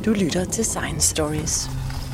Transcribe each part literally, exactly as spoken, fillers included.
Du lytter til Science Stories.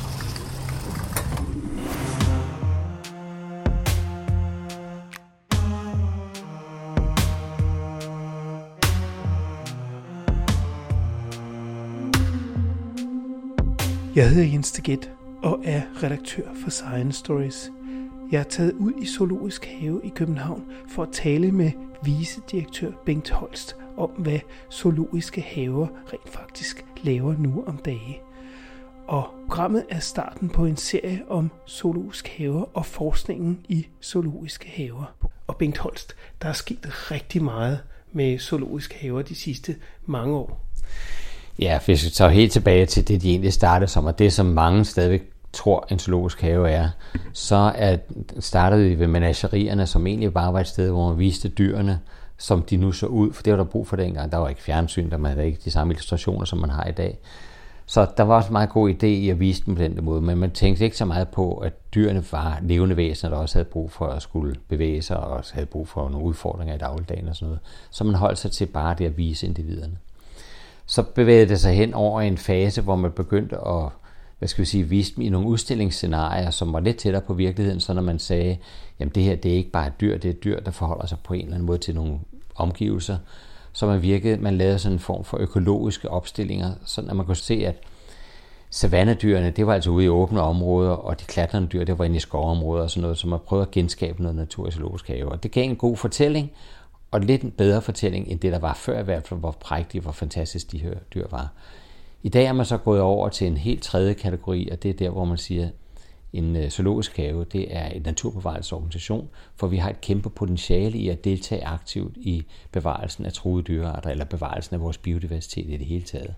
Jeg hedder Jens Teget og er redaktør for Science Stories. Jeg er taget ud i Zoologisk Have i København for at tale med vicedirektør Bengt Holst om, hvad zoologiske haver rent faktisk laver nu om dage. Og programmet er starten på en serie om zoologiske haver og forskningen i zoologiske haver. Og Bengt Holst, der er sket rigtig meget med zoologiske haver de sidste mange år. Ja, hvis vi tager helt tilbage til det, de egentlig startede som, og det som mange stadigvæk tror, en zoologisk have er, så er, startede vi ved menagerierne, som egentlig bare var et sted, hvor man viste dyrene, som de nu så ud, for det var der brug for dengang. Der var ikke fjernsyn, der man havde ikke de samme illustrationer, som man har i dag. Så der var også en meget god idé i at vise dem på den måde, men man tænkte ikke så meget på, at dyrene var levende væsener, der også havde brug for at skulle bevæge sig, og også havde brug for nogle udfordringer i dagligdagen og sådan noget. Så man holdt sig til bare det at vise individerne. Så bevægede det sig hen over en fase, hvor man begyndte at, hvad skal vi sige, vise dem i nogle udstillingsscenarier, som var lidt tættere på virkeligheden, så når man sagde, jamen det her, det er ikke bare et dyr, det er et dyr, der forholder sig på en eller anden måde til nogle omgivelser, så man virkede, man lavede sådan en form for økologiske opstillinger, sådan at man kunne se, at savannedyrene, det var altså ude i åbne områder, og de klatrende dyr, det var inde i skovområder og sådan noget, så man prøvede at genskabe noget natur i zoologisk have. Og det gav en god fortælling, og lidt en bedre fortælling, end det der var før i hvert fald, hvor prægtige, hvor fantastisk de her dyr var. I dag er man så gået over til en helt tredje kategori, og det er der, hvor man siger, en zoologisk have, det er en naturbevarelsesorganisation, for vi har et kæmpe potentiale i at deltage aktivt i bevarelsen af truede dyrearter, eller bevarelsen af vores biodiversitet i det hele taget.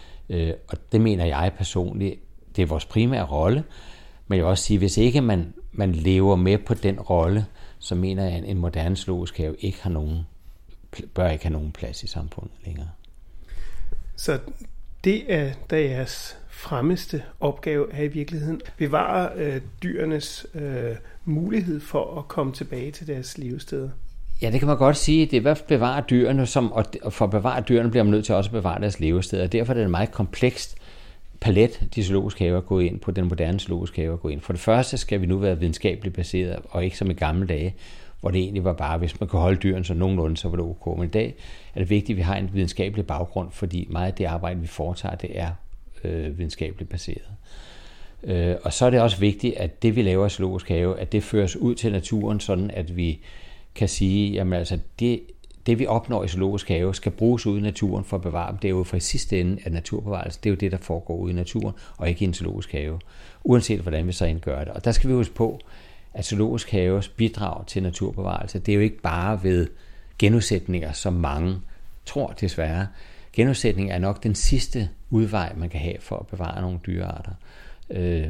Og det mener jeg personligt, det er vores primære rolle, men jeg vil også sige, hvis ikke man, man lever med på den rolle, så mener jeg, at en moderne zoologisk have ikke har nogen, bør ikke have nogen plads i samfundet længere. Så det er deres fremmeste opgave er i virkeligheden bevare øh, dyrenes øh, mulighed for at komme tilbage til deres levesteder. Ja, det kan man godt sige. Det er i hvert fald bevare dyrene, som, og for at bevare dyrene bliver man nødt til også at bevare deres levesteder. Derfor er det en meget komplekst palet, de zoologiske haver er gået ind på, den moderne zoologiske have er gået ind. For det første skal vi nu være videnskabeligt baseret, og ikke som i gamle dage, hvor det egentlig var bare, hvis man kunne holde dyrene så nogenlunde, så var det ok. Men i dag er det vigtigt, at vi har en videnskabelig baggrund, fordi meget af det arbejde, vi foretager, det er øh, videnskabeligt baseret. Øh, og så er det også vigtigt, at det, vi laver i zoologisk have, at det føres ud til naturen, sådan at vi kan sige, jamen altså, det, det vi opnår i zoologisk have, skal bruges ude i naturen for at bevare dem. Det er jo for i sidste ende, at naturbevarelse, det er jo det, der foregår ude i naturen, og ikke i en zoologisk have, uanset hvordan vi så indgør det. Og der skal vi huske på, at zoologisk haves bidrag til naturbevarelse, det er jo ikke bare ved genudsætninger, som mange tror desværre. Genudsætning er nok den sidste udvej, man kan have for at bevare nogle dyrearter. Øh,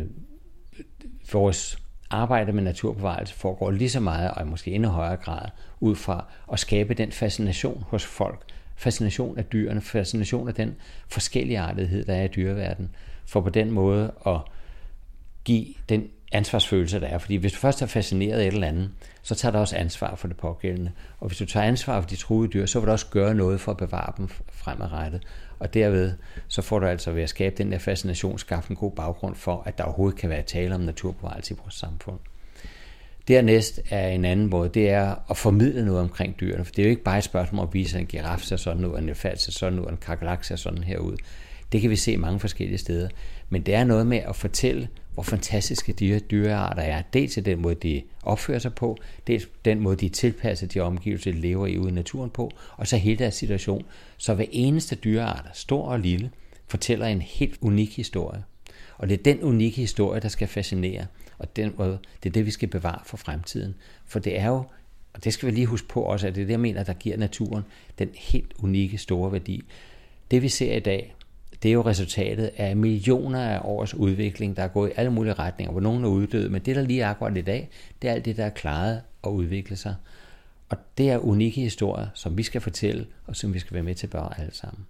vores arbejde med naturbevarelse foregår lige så meget, og måske endnu højere grad, ud fra at skabe den fascination hos folk, fascination af dyrene, fascination af den forskelligartethed, der er i dyreverdenen, for på den måde at give den ansvarsfølelse, der er. Fordi hvis du først er fascineret af et eller andet, så tager du også ansvar for det pågældende. Og hvis du tager ansvar for de truede dyr, så vil du også gøre noget for at bevare dem fremadrettet. Og derved, så får du altså ved at skabe den der fascination, skaffe en god baggrund for, at der overhovedet kan være tale om naturbevarelse i vores samfund. Dernæst er en anden måde, det er at formidle noget omkring dyrene. For det er jo ikke bare et spørgsmål om at vise, at en giraf ser sådan ud, en elefant ser sådan ud, en kakerlak ser sådan her ud. Det kan vi se mange forskellige steder. Men det er noget med at fortælle, hvor fantastiske de dyrearter er. Dels i den måde, de opfører sig på, dels den måde, de er tilpasset de omgivelser, de lever i ude i naturen på, og så hele deres situation. Så hver eneste dyreart, stor og lille, fortæller en helt unik historie. Og det er den unikke historie, der skal fascinere, og den måde, det er det, vi skal bevare for fremtiden. For det er jo, og det skal vi lige huske på også, at det er det, jeg mener, der giver naturen den helt unikke store værdi. Det vi ser i dag, det er jo resultatet af millioner af års udvikling, der er gået i alle mulige retninger, hvor nogen er uddøde, men det, der lige er akkurat i dag, det er alt det, der er klaret og udvikle sig. Og det er unikke historier, som vi skal fortælle, og som vi skal være med til at bevare alle sammen.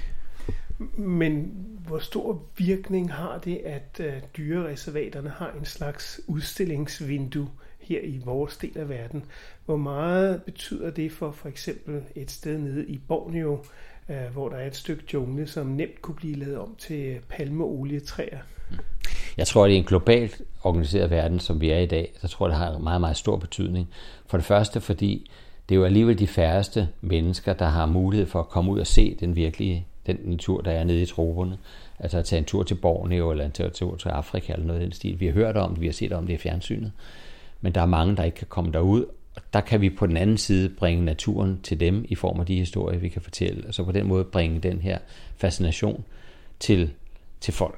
Men hvor stor virkning har det, at uh, dyrereservaterne har en slags udstillingsvindue her i vores del af verden? Hvor meget betyder det for for eksempel et sted nede i Borneo, øh, hvor der er et stykke jungle, som nemt kunne blive lavet om til palmeolietræer. Jeg tror, det er en globalt organiseret verden, som vi er i dag. Så tror jeg, det har meget, meget stor betydning. For det første, fordi det er jo alligevel de færreste mennesker, der har mulighed for at komme ud og se den virkelige, den natur, der er nede i troperne. Altså at tage en tur til Borneo, eller en tur til Afrika, eller noget af den stil. Vi har hørt om det, vi har set om det i fjernsynet. Men der er mange, der ikke kan komme derud. Og der kan vi på den anden side bringe naturen til dem, i form af de historier, vi kan fortælle. Og så på den måde bringe den her fascination til, til folk.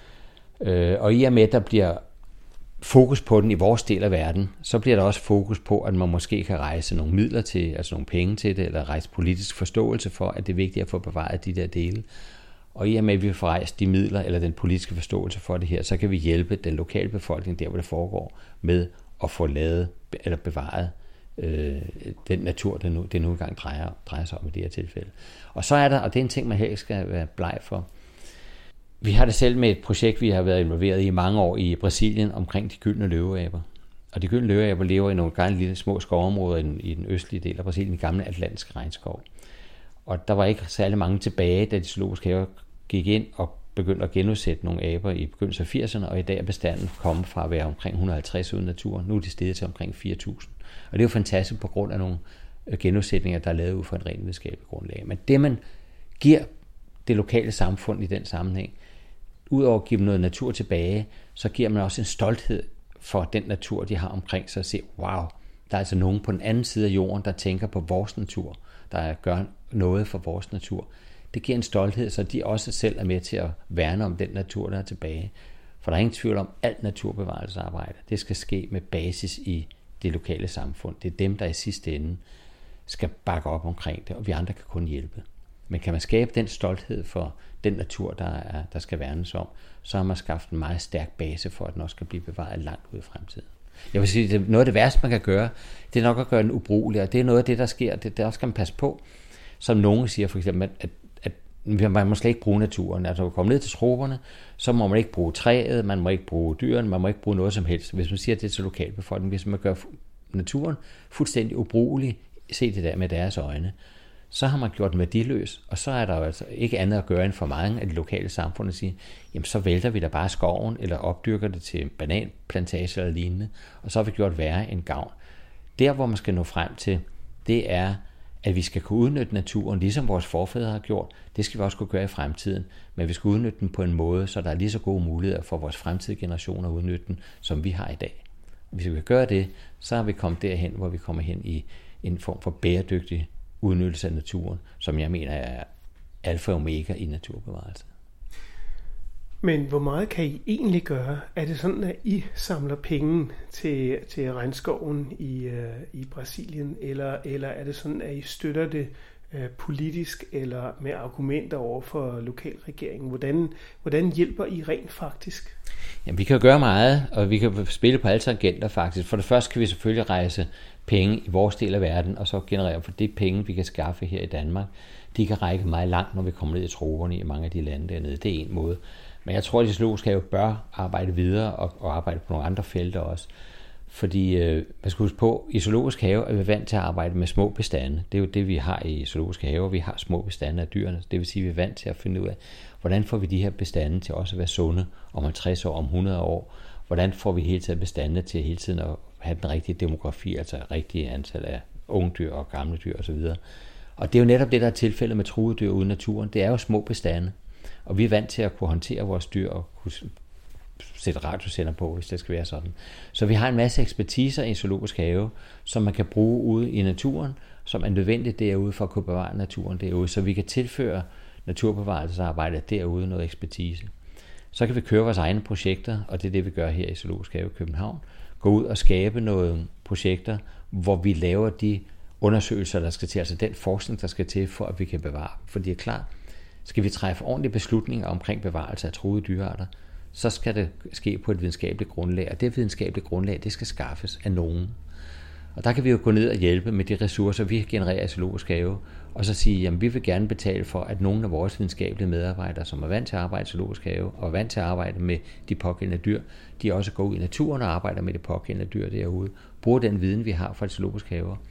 Og i og med, at der bliver fokus på den i vores del af verden, så bliver der også fokus på, at man måske kan rejse nogle midler til, altså nogle penge til det, eller rejse politisk forståelse for, at det er vigtigt at få bevaret de der dele. Og i og med, at vi får rejst de midler, eller den politiske forståelse for det her, så kan vi hjælpe den lokale befolkning, der hvor det foregår, med at få lavet, eller bevaret øh, den natur, det nu, det nu engang drejer, drejer sig om i det her tilfælde. Og så er der, og det er en ting, man helt skal være bleg for, vi har det selv med et projekt, vi har været involveret i i mange år i Brasilien omkring de gyldne løveaber. Og de gyldne løveaber lever i nogle gange lille små skovområder i den østlige del af Brasilien, i gamle atlantiske regnskov. Og der var ikke særlig mange tilbage, da de zoologiske haver gik ind og begyndte at genudsætte nogle aber i begyndelsen af firserne, og i dag er bestanden kommet fra at være omkring et hundrede og halvtreds ude i naturen. Nu er de steget til omkring fire tusind. Og det er jo fantastisk på grund af nogle genudsætninger, der er lavet ud fra en ren videnskabelig grundlag. Men det, man giver det lokale samfund i den sammenhæng, udover at give dem noget natur tilbage, så giver man også en stolthed for den natur, de har omkring sig, og se, wow, der er altså nogen på den anden side af jorden, der tænker på vores natur, der gør noget for vores natur. Det giver en stolthed, så de også selv er med til at værne om den natur, der er tilbage. For der er ingen tvivl om, at alt naturbevarelsesarbejde, det skal ske med basis i det lokale samfund. Det er dem, der i sidste ende skal bakke op omkring det, og vi andre kan kun hjælpe. Men kan man skabe den stolthed for den natur, der, er, der skal værnes om, så har man skabt en meget stærk base for, at den også skal blive bevaret langt ud i fremtiden. Jeg vil sige, at noget af det værste, man kan gøre, det er nok at gøre den ubrugelig, og det er noget af det, der sker. Det, der skal man passe på. Som nogen siger for eksempel, at, at, at man må slet ikke bruge naturen. Altså, når man kommer ned til troperne, så må man ikke bruge træet, man må ikke bruge dyrene, man må ikke bruge noget som helst. Hvis man siger, at det er til lokalbefolkningen, hvis man gør naturen fuldstændig ubrugelig, se det der med deres øjne, så har man gjort den værdiløs, og så er der jo altså ikke andet at gøre end for mange af de lokale samfund at sige, jamen så vælter vi da bare skoven, eller opdyrker det til bananplantage eller lignende, og så har vi gjort værre end gavn. Der, hvor man skal nå frem til, det er, at vi skal kunne udnytte naturen, ligesom vores forfædre har gjort. Det skal vi også kunne gøre i fremtiden, men vi skal udnytte den på en måde, så der er lige så gode muligheder for vores fremtidige generationer at udnytte den, som vi har i dag. Hvis vi kan gøre det, så er vi kommet derhen, hvor vi kommer hen i en form for bæredygtig udnyttelse af naturen, som jeg mener er alfa og omega i naturbevarelse. Men hvor meget kan I egentlig gøre? Er det sådan, at I samler penge til, til regnskoven i, uh, i Brasilien, eller, eller er det sådan, at I støtter det uh, politisk eller med argumenter over for lokalregeringen? Hvordan, hvordan hjælper I rent faktisk? Jamen, vi kan jo gøre meget, og vi kan spille på alle tangenter faktisk. For det første kan vi selvfølgelig rejse penge i vores del af verden, og så generere for det penge, vi kan skaffe her i Danmark. De kan række meget langt, når vi kommer ned i troperne i mange af de lande dernede. Det er en måde. Men jeg tror, at de zoologiske haver bør arbejde videre og, og arbejde på nogle andre felter også. Fordi, øh, hvad skal huske på, i zoologisk have er vi vant til at arbejde med små bestande. Det er jo det, vi har i zoologiske haver. Vi har små bestande af dyrene. Det vil sige, at vi er vant til at finde ud af, hvordan får vi de her bestande til også at være sunde om halvtreds år, om hundrede år. Hvordan får vi hele tiden bestande til hele tiden at have den rigtige demografi, altså rigtige antal af unge dyr og gamle dyr osv. Og det er jo netop det, der er tilfældet med truede dyr ude i naturen. Det er jo små bestande. Og vi er vant til at kunne håndtere vores dyr og kunne sætte radiosender på, hvis det skal være sådan. Så vi har en masse ekspertiser i zoologisk have, som man kan bruge ude i naturen, som er nødvendigt derude for at kunne bevare naturen derude, så vi kan tilføre naturbevarelsesarbejdet derude noget ekspertise. Så kan vi køre vores egne projekter, og det er det, vi gør her i Zoologisk Have i København. Gå ud og skabe nogle projekter, hvor vi laver de undersøgelser, der skal til, altså den forskning, der skal til, for at vi kan bevare. For det er klart, skal vi træffe ordentlige beslutninger omkring bevarelse af truede dyrearter, så skal det ske på et videnskabeligt grundlag, og det videnskabelige grundlag, det skal skaffes af nogen. Og der kan vi jo gå ned og hjælpe med de ressourcer, vi genererer i Zoologisk Have, og så sige, jamen vi vil gerne betale for, at nogle af vores videnskabelige medarbejdere, som er vant til at arbejde i Zoologisk Have, og er vant til at arbejde med de pågældende dyr, de også går ud i naturen og arbejder med de pågældende dyr derude, bruger den viden, vi har fra Zoologisk Have,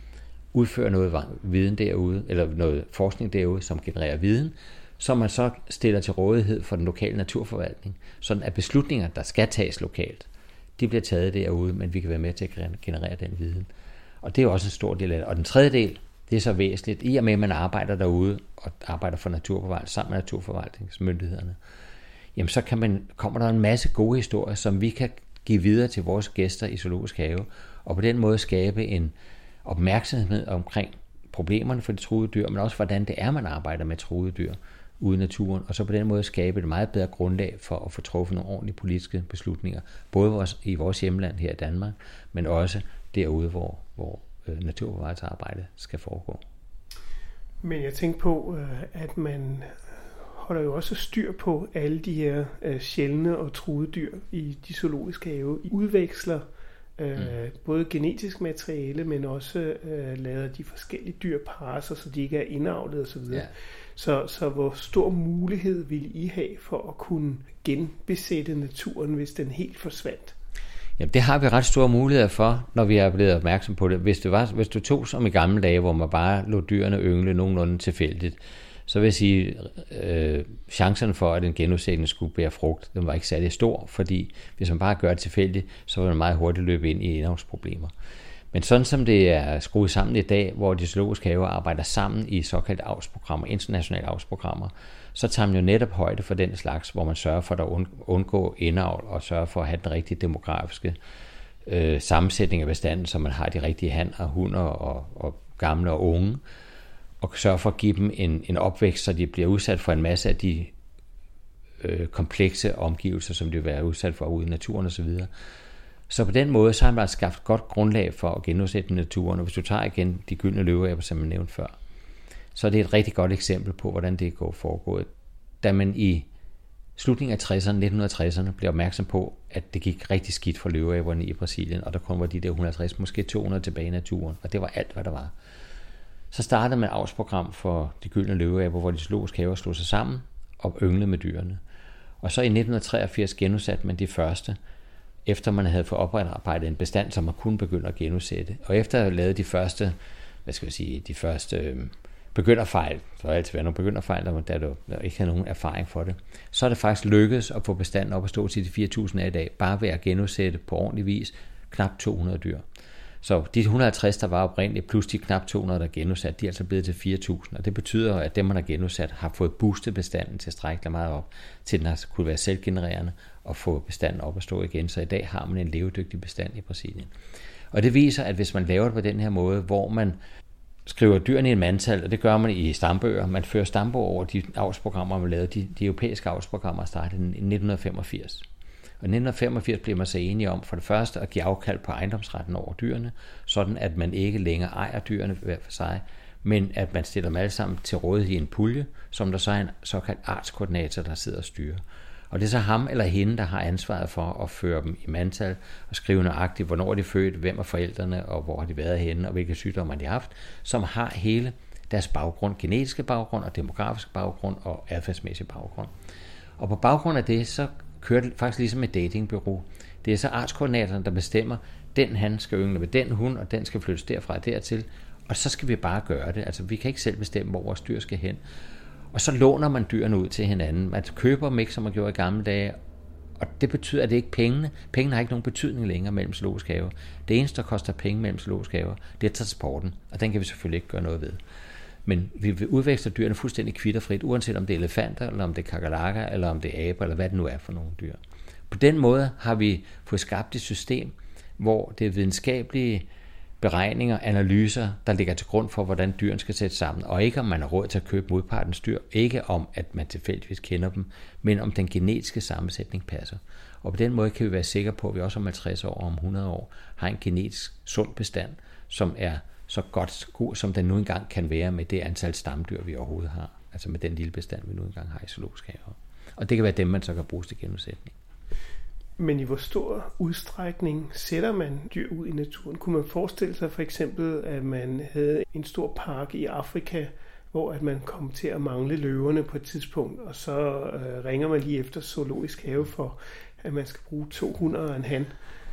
udføre noget viden derude, eller noget forskning derude, som genererer viden, som man så stiller til rådighed for den lokale naturforvaltning, sådan at beslutninger, der skal tages lokalt, de bliver taget derude, men vi kan være med til at generere den viden. Og det er også en stor del af det. Og den tredje del, det er så væsentligt, i og med at man arbejder derude, og arbejder for naturforvaltning, sammen med naturforvaltningsmyndighederne, jamen så kan man, kommer der en masse gode historier, som vi kan give videre til vores gæster i Zoologisk Have, og på den måde skabe en opmærksomhed omkring problemerne for de truede dyr, men også hvordan det er, man arbejder med truede dyr ude i naturen, og så på den måde skabe et meget bedre grundlag for at få truffet nogle ordentlige politiske beslutninger, både i vores hjemland her i Danmark, men også derude, hvor, hvor øh, naturforvaltningsarbejdet skal foregå. Men jeg tænker på, at man holder jo også styr på alle de her øh, sjældne og truede dyr i de zoologiske have. I udveksler øh, mm. både genetisk materiale, men også øh, lader de forskellige dyr parre sig, så de ikke er indavlet osv. Ja. Så, så hvor stor mulighed vil I have for at kunne genbesætte naturen, hvis den helt forsvandt? Jamen, det har vi ret store muligheder for, når vi er blevet opmærksom på det. Hvis, det var, hvis du tog som i gamle dage, hvor man bare lod dyrene yngle nogenlunde tilfældigt, så vil jeg sige, øh, chancerne for, at en genudsætning skulle bære frugt, den var ikke særlig stor, fordi hvis man bare gør det tilfældigt, så vil man meget hurtigt løbe ind i indavnsproblemer. Men sådan som det er skruet sammen i dag, hvor de zoologiske haver arbejder sammen i såkaldte avlsprogrammer, internationale avlsprogrammer, så tager man jo netop højde for den slags, hvor man sørger for at undgå indavl og sørger for at have den rigtige demografiske øh, sammensætning af bestanden, så man har de rigtige hanner, hunder og, og gamle og unge, og sørge for at give dem en, en opvækst, så de bliver udsat for en masse af de øh, komplekse omgivelser, som de vil være udsat for ude i naturen osv. Så, så på den måde, så har man skabt godt grundlag for at genudsætte naturen, og hvis du tager igen de gyldne løveæbler, som jeg nævnte før, så er det et rigtig godt eksempel på, hvordan det går foregået. Da man i slutningen af tresserne, nitten tresserne, blev opmærksom på, at det gik rigtig skidt for løveæberne i Brasilien, og der kun var de der et hundrede og tres, måske to hundrede tilbage i naturen, og det var alt, hvad der var. Så startede man et avlsprogram for de gyldne løveæbler, hvor de zoologiske haver slog sig sammen og ynglede med dyrene. Og så i nitten treogfirs genudsatte man de første, efter man havde fået oprettet en bestand, som man kunne begynde at genudsætte. Og efter at have lavet de første, hvad skal jeg sige, de første øh, begynderfejl, så har altid været nogle begynderfejl, der, der, der ikke havde nogen erfaring for det, så er det faktisk lykkedes at få bestanden op at stå til de fire tusind af i dag, bare ved at genudsætte på ordentlig vis knap to hundrede dyr. Så de et hundrede og halvtreds, der var oprindeligt, plus de knap to hundrede, der er genudsat, de er altså blevet til fire tusind. Og det betyder, at dem, man har genudsat, har fået boostet bestanden tilstrækkeligt meget op, til den har kunne være selvgenererende og få bestanden op at stå igen. Så i dag har man en levedygtig bestand i Brasilien. Og det viser, at hvis man laver det på den her måde, hvor man skriver dyrene i en mandtal, og det gør man i stambøger, man fører stambøger over de avlsprogrammer, man lavede, de, de europæiske avlsprogrammer startede i nitten femogfirs. Og i nitten femogfirs blev man så enige om for det første at give afkald på ejendomsretten over dyrene, sådan at man ikke længere ejer dyrene hver for sig, men at man stiller dem alle sammen til rådighed i en pulje, som der så er en såkaldt artskoordinator, der sidder og styrer. Og det er så ham eller hende, der har ansvaret for at føre dem i mandtal og skrive nøjagtigt, hvornår de er født, hvem er forældrene, og hvor har de været henne, og hvilke sygdomme har de haft, som har hele deres baggrund, genetiske baggrund og demografisk baggrund og adfærdsmæssig baggrund. Og på baggrund af det, så kører det faktisk ligesom et datingbureau. Det er så artskoordinatoren, der bestemmer, den han skal yngle med den hund, og den skal flyttes derfra og dertil, og så skal vi bare gøre det. Altså, vi kan ikke selv bestemme, hvor vores dyr skal hen. Og så låner man dyrene ud til hinanden. Man køber dem ikke, som man gjorde i gamle dage, og det betyder, at det ikke pengene. Pengene har ikke nogen betydning længere mellem zoologiske haver. Det eneste, der koster penge mellem zoologiske haver, det er transporten, og den kan vi selvfølgelig ikke gøre noget ved. Men vi udveksler dyrene fuldstændig kvitterfrit, uanset om det er elefanter, eller om det er kakerlakker, eller om det er aber, eller hvad det nu er for nogle dyr. På den måde har vi fået skabt et system, hvor det er videnskabelige beregninger, analyser, der ligger til grund for, hvordan dyrene skal sættes sammen, og ikke om man har råd til at købe modpartens dyr, ikke om, at man tilfældigvis kender dem, men om den genetiske sammensætning passer. Og på den måde kan vi være sikre på, at vi også om halvtreds år og om hundrede år har en genetisk sund bestand, som er så godt god, som den nu engang kan være med det antal stamdyr, vi overhovedet har. Altså med den lille bestand, vi nu engang har i zoologiske haver. Og det kan være dem, man så kan bruge til genudsætning. Men i hvor stor udstrækning sætter man dyr ud i naturen? Kunne man forestille sig for eksempel, at man havde en stor park i Afrika, hvor at man kom til at mangle løverne på et tidspunkt, og så øh, ringer man lige efter zoologisk have for, at man skal bruge to hundrede og en han.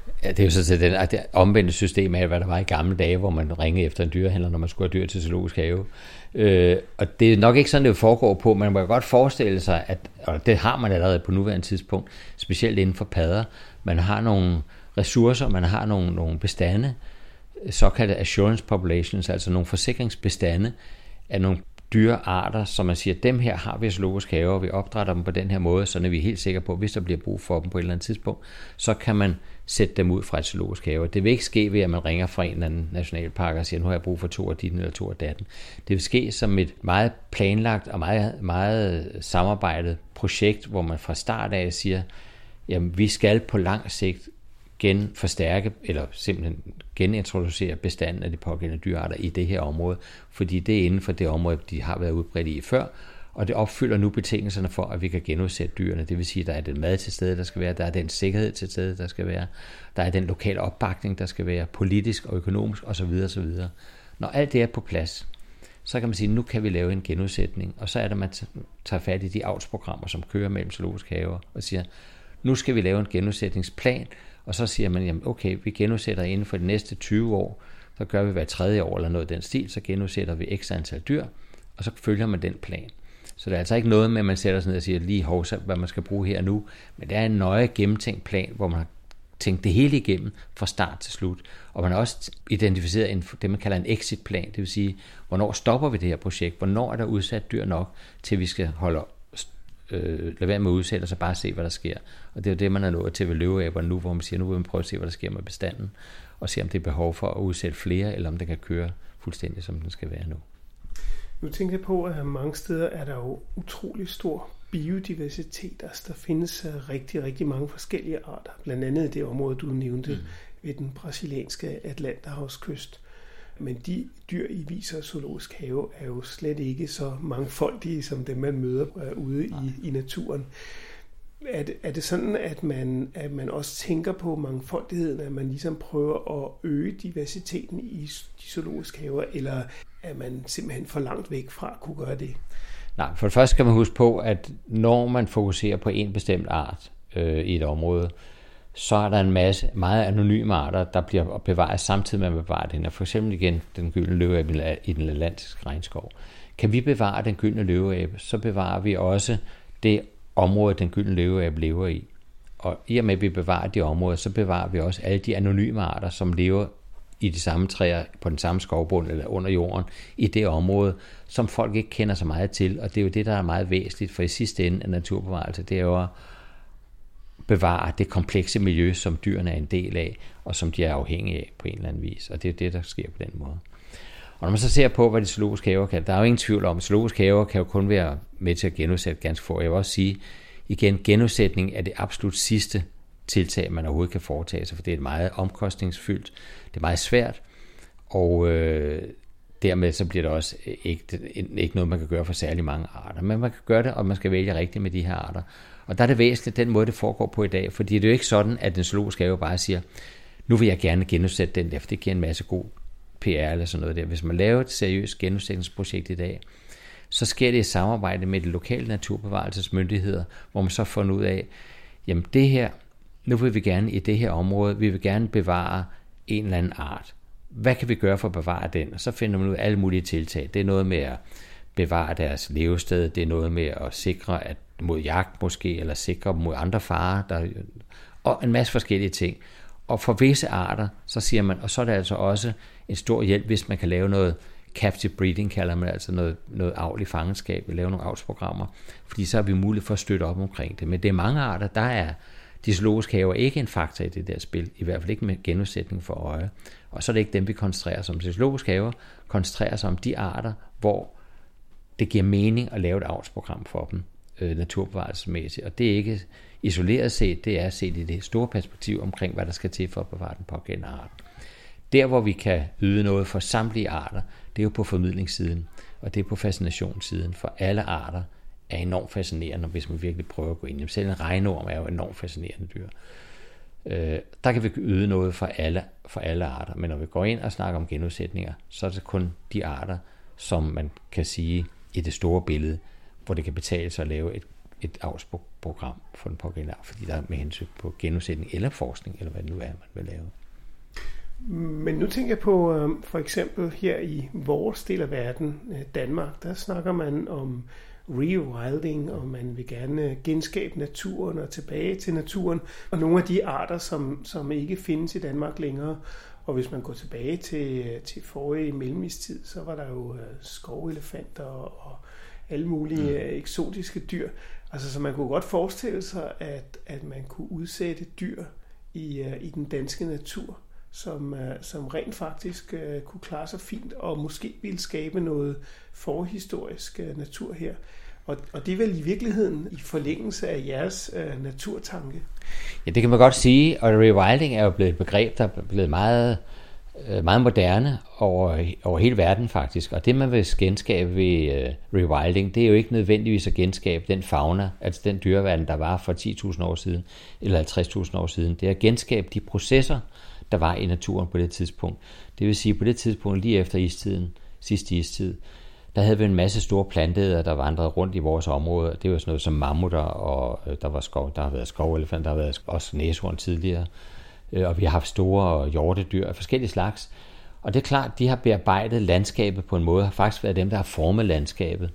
Ja, det er jo så til den det omvendte system af, hvad der var i gamle dage, hvor man ringede efter en dyrehandler, når man skulle have dyr til zoologisk have. Øh, og det er nok ikke sådan, det foregår på. Man må godt forestille sig, at, og det har man allerede på nuværende tidspunkt, specielt inden for padder, man har nogle ressourcer, man har nogle, nogle bestande, såkaldte assurance populations, altså nogle forsikringsbestande af nogle dyrearter, som man siger, dem her har vi i zoologisk have, og vi opdrætter dem på den her måde, så er vi helt sikre på, at hvis der bliver brug for dem på et eller andet tidspunkt, så kan man sætte dem ud fra et zoologisk have. Det vil ikke ske ved, at man ringer fra en eller anden nationalpark og siger, nu har jeg brug for to af ditten eller to af datten. Det vil ske som et meget planlagt og meget, meget samarbejdet projekt, hvor man fra start af siger, jamen vi skal på lang sigt genforstærke eller simpelthen genintroducere bestanden af de pågældende dyrearter i det her område, fordi det er inden for det område, de har været udbredt i før, og det opfylder nu betingelserne for, at vi kan genudsætte dyrene. Det vil sige, at der er den mad til stede, der skal være, der er den sikkerhed til stede, der skal være, der er den lokale opbakning, der skal være, politisk og økonomisk osv. osv. Når alt det er på plads, så kan man sige, at nu kan vi lave en genudsætning, og så er det, at man tager fat i de avlsprogrammer, som kører mellem zoologiske haver, og siger, nu skal vi lave en genudsætningsplan, og så siger man, jamen okay, vi genudsætter inden for de næste tyve år, så gør vi hver tredje år eller noget af den stil, så genudsætter vi ekstra antal dyr, og så følger man den plan. Så det er altså ikke noget med, at man sætter sig ned og siger lige hovsa, hvad man skal bruge her nu, men det er en nøje gennemtænkt plan, hvor man har tænkt det hele igennem fra start til slut, og man har også identificeret en, det, man kalder en exit-plan, det vil sige, hvornår stopper vi det her projekt, hvornår er der udsat dyr nok, til vi skal holde øh, lade være med at udsætte, og så bare se, hvad der sker. Og det er jo det, man er nået til ved løveaberne nu, hvor man siger, nu vil man prøve at se, hvad der sker med bestanden, og se, om det er behov for at udsætte flere, eller om det kan køre fuldstændig, som den skal være nu. Nu tænker jeg på, at mange steder er der jo utrolig stor biodiversitet. Altså, der findes rigtig, rigtig mange forskellige arter. Blandt andet i det område, du nævnte, mm. ved den brasilianske Atlanterhavskyst. Men de dyr i Viser Zoologisk Have er jo slet ikke så mangfoldige, som dem, man møder ude i, i naturen. Er det, er det sådan, at man, at man også tænker på mangfoldigheden, at man ligesom prøver at øge diversiteten i de zoologiske haver, eller er man simpelthen for langt væk fra at kunne gøre det? Nej, for det første skal man huske på, at når man fokuserer på en bestemt art øh, i et område, så er der en masse meget anonyme arter, der bliver bevaret samtidig med at bevare den. For eksempel igen den gyldne løveabe i den atlantiske regnskov. Kan vi bevare den gyldne løveabe, så bevarer vi også det område, den gyldne løveabe lever i. Og i og med, at vi bevarer de områder, så bevarer vi også alle de anonyme arter, som lever i de samme træer, på den samme skovbund eller under jorden, i det område, som folk ikke kender så meget til. Og det er jo det, der er meget væsentligt, for i sidste ende af naturbevarelse, det er jo at bevare det komplekse miljø, som dyrene er en del af, og som de er afhængige af på en eller anden vis. Og det er det, der sker på den måde. Og når man så ser på, hvad de zoologiske haver kan, der er jo ingen tvivl om, at zoologiske haver kan jo kun være med til at genudsætte ganske få. Jeg vil også sige, igen, genudsætning er det absolut sidste tiltag, man overhovedet kan foretage sig, for det er meget omkostningsfyldt, det er meget svært, og øh, dermed så bliver det også ikke, ikke noget, man kan gøre for særlig mange arter. Men man kan gøre det, og man skal vælge rigtigt med de her arter. Og der er det væsentligt, den måde, det foregår på i dag, fordi det er jo ikke sådan, at den zoologiske have bare siger, nu vil jeg gerne genudsætte den der, for det giver en masse god P R eller sådan noget der. Hvis man laver et seriøst genudsætningsprojekt i dag, så sker det i samarbejde med de lokale naturbevarelsesmyndigheder, hvor man så får ud af, jamen det her, nu vil vi gerne i det her område, vi vil gerne bevare en eller anden art. Hvad kan vi gøre for at bevare den? Og så finder man ud af alle mulige tiltag. Det er noget med at bevare deres levested, det er noget med at sikre at mod jagt måske, eller sikre mod andre farer, der, og en masse forskellige ting. Og for visse arter, så siger man, og så er det altså også en stor hjælp, hvis man kan lave noget captive breeding, kalder man altså noget, noget avl i fangenskab, vi laver nogle avlsprogrammer, fordi så har vi mulighed for at støtte op omkring det. Men det er mange arter, der er de zoologiske haver ikke en faktor i det der spil, i hvert fald ikke med genudsætning for øje. Og så er det ikke dem, vi koncentrerer sig om. De zoologiske haver koncentrerer sig om de arter, hvor det giver mening at lave et avlsprogram for dem, øh, naturbevarelsesmæssigt. Og det er ikke isoleret set, det er set i det store perspektiv omkring, hvad der skal til for at bevare den pågældende art. Der, hvor vi kan yde noget for samtlige arter, det er jo på formidlingssiden, og det er på fascinationssiden, for alle arter er enormt fascinerende, hvis man virkelig prøver at gå ind. Selv en regnorm er jo enormt fascinerende dyr. Øh, der kan vi yde noget for alle, for alle arter, men når vi går ind og snakker om genudsætninger, så er det kun de arter, som man kan sige i det store billede, hvor det kan betale sig at lave et, et avlsprogram for den pågældende art, fordi der er med hensyn på genudsætning eller forskning, eller hvad det nu er, man vil lave. Men nu tænker jeg på, øh, for eksempel her i vores del af verden, øh, Danmark, der snakker man om rewilding, og man vil gerne genskabe naturen og tilbage til naturen, og nogle af de arter, som, som ikke findes i Danmark længere. Og hvis man går tilbage til, til forrige mellemistid, så var der jo skovelefanter og alle mulige mm. eksotiske dyr. Altså, så man kunne godt forestille sig, at, at man kunne udsætte dyr i, i den danske natur, som, som rent faktisk uh, kunne klare sig fint, og måske ville skabe noget forhistorisk uh, natur her. Og, og det er vel i virkeligheden i forlængelse af jeres uh, naturtanke? Ja, det kan man godt sige, og rewilding er jo blevet et begreb, der er blevet meget, meget moderne over, over hele verden faktisk. Og det, man vil genskabe ved uh, rewilding, det er jo ikke nødvendigvis at genskabe den fauna, altså den dyreverden, der var for ti tusind år siden, eller halvtreds tusind år siden. Det er at genskabe de processer, der var i naturen på det tidspunkt. Det vil sige, på det tidspunkt lige efter istiden, sidste istid, der havde vi en masse store planteædere, der vandrede rundt i vores område. Det var sådan noget som mammutter, og øh, der var skov, der har været skovelefant, der har været også næshorn tidligere. Øh, og vi har haft store hjortedyr af forskellige slags. Og det er klart, de har bearbejdet landskabet på en måde, har faktisk været dem, der har formet landskabet.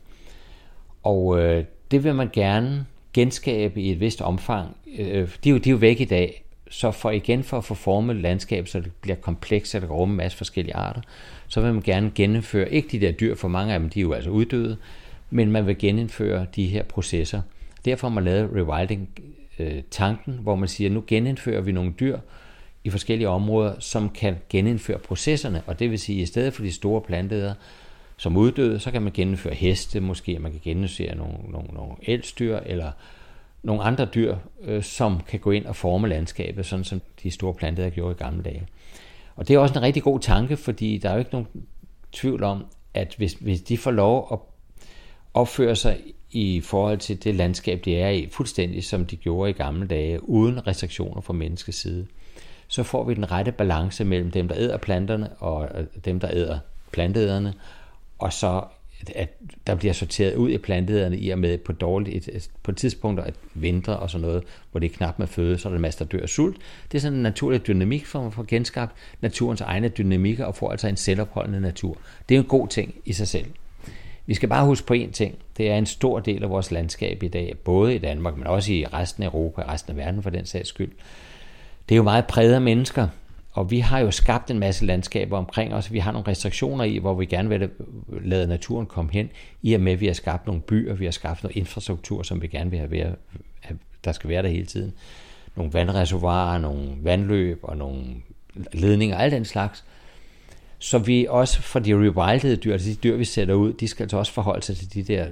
Og øh, det vil man gerne genskabe i et vist omfang. Øh, de, er jo, de er jo væk i dag, så for igen for at få formet landskab, så det bliver komplekst, og der rummer en masse forskellige arter, så vil man gerne genindføre, ikke de der dyr, for mange af dem, de er jo altså uddøde, men man vil genindføre de her processer. Derfor har man lavet rewilding-tanken, hvor man siger, nu genindfører vi nogle dyr i forskellige områder, som kan genindføre processerne, og det vil sige, at i stedet for de store planteædere, som uddøde, så kan man genindføre heste, måske man kan genindføre nogle, nogle, nogle elstyr, eller nogle andre dyr, øh, som kan gå ind og forme landskabet, sådan som de store planteædere gjorde i gamle dage. Og det er også en rigtig god tanke, fordi der er jo ikke nogen tvivl om, at hvis, hvis de får lov at opføre sig i forhold til det landskab, de er i, fuldstændig som de gjorde i gamle dage, uden restriktioner fra menneskets side, så får vi den rette balance mellem dem, der æder planterne, og dem, der æder planteæderne, og så at der bliver sorteret ud i planteæderne i og med på dårligt et, på et tidspunkt at vintre og sådan noget, hvor det er knap med føde, så er der en masse, der dør af sult. Det er sådan en naturlig dynamik for at få genskabt naturens egne dynamikker og få altså en selvopholdende natur. Det er en god ting i sig selv. Vi skal bare huske på én ting. Det er en stor del af vores landskab i dag, både i Danmark, men også i resten af Europa og resten af verden for den sags skyld. Det er jo meget præget af mennesker, og vi har jo skabt en masse landskaber omkring os. Vi har nogle restriktioner i, hvor vi gerne vil lade naturen komme hen, i og med, at vi har skabt nogle byer, vi har skabt noget infrastruktur, som vi gerne vil have, der skal være der hele tiden. Nogle vandreservoirer, nogle vandløb og nogle ledninger, alt den slags. Så vi også for de rewildede dyr, altså de dyr, vi sætter ud, de skal altså også forholde sig til de der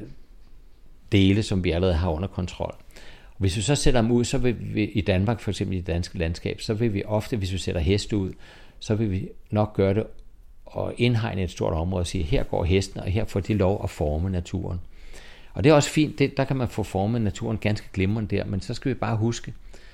dele, som vi allerede har under kontrol. Hvis vi så sætter dem ud, så vil vi i Danmark, for eksempel i det danske landskab, så vil vi ofte, hvis vi sætter heste ud, så vil vi nok gøre det og indhegne et stort område og sige, her går hesten, og her får de lov at forme naturen. Og det er også fint, det, der kan man få formet naturen ganske glimrende der, men så skal vi bare huske,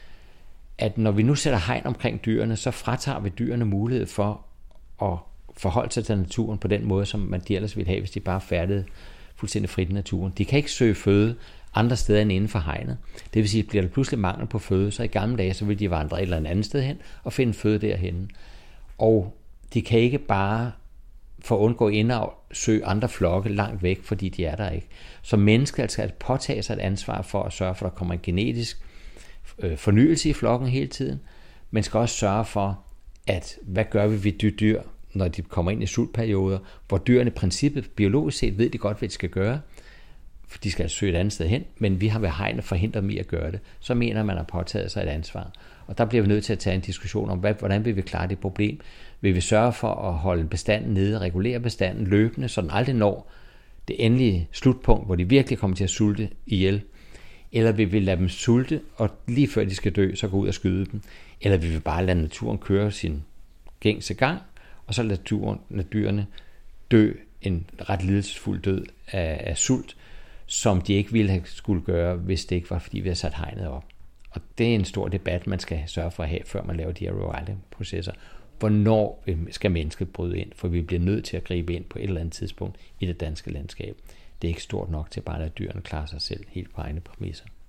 at når vi nu sætter hegn omkring dyrene, så fratager vi dyrene mulighed for at forholde sig til naturen på den måde, som man de ellers ville have, hvis de bare færdede fuldstændig frit i naturen. De kan ikke søge føde andre steder end inden for hegnet. Det vil sige, at bliver der pludselig mangel på føde, så i gamle dage, så vil de vandre et eller andet sted hen og finde føde derhenne. Og de kan ikke bare for at undgå indavl søge andre flokke langt væk, fordi de er der ikke. Så mennesker skal altså påtage sig et ansvar for at sørge for, at der kommer en genetisk øh, fornyelse i flokken hele tiden, men skal også sørge for, at hvad gør vi ved de dyr, når de kommer ind i sultperioder, hvor dyrene i princippet, biologisk set, ved de godt, hvad de skal gøre, for de skal søge et andet sted hen, men vi har ved hegnet forhindret dem i at gøre det. Så mener man at påtage sig et ansvar. Og der bliver vi nødt til at tage en diskussion om, hvad, hvordan vil vi klare det problem? Vil vi sørge for at holde bestanden nede, regulere bestanden løbende, så den aldrig når det endelige slutpunkt, hvor de virkelig kommer til at sulte ihjel? Eller vil vi lade dem sulte, og lige før de skal dø, så gå ud og skyde dem? Eller vil vi bare lade naturen køre sin gængse gang, og så lade, naturen, lade dyrene dø en ret lidelsesfuld død af, af sult, som de ikke ville have skulle gøre, hvis det ikke var, fordi vi har sat hegnet op. Og det er en stor debat, man skal sørge for at have, før man laver de her rewilding-processer. Hvornår skal mennesket bryde ind? For vi bliver nødt til at gribe ind på et eller andet tidspunkt i det danske landskab. Det er ikke stort nok til bare at lade dyrene klare sig selv helt på egne præmisser.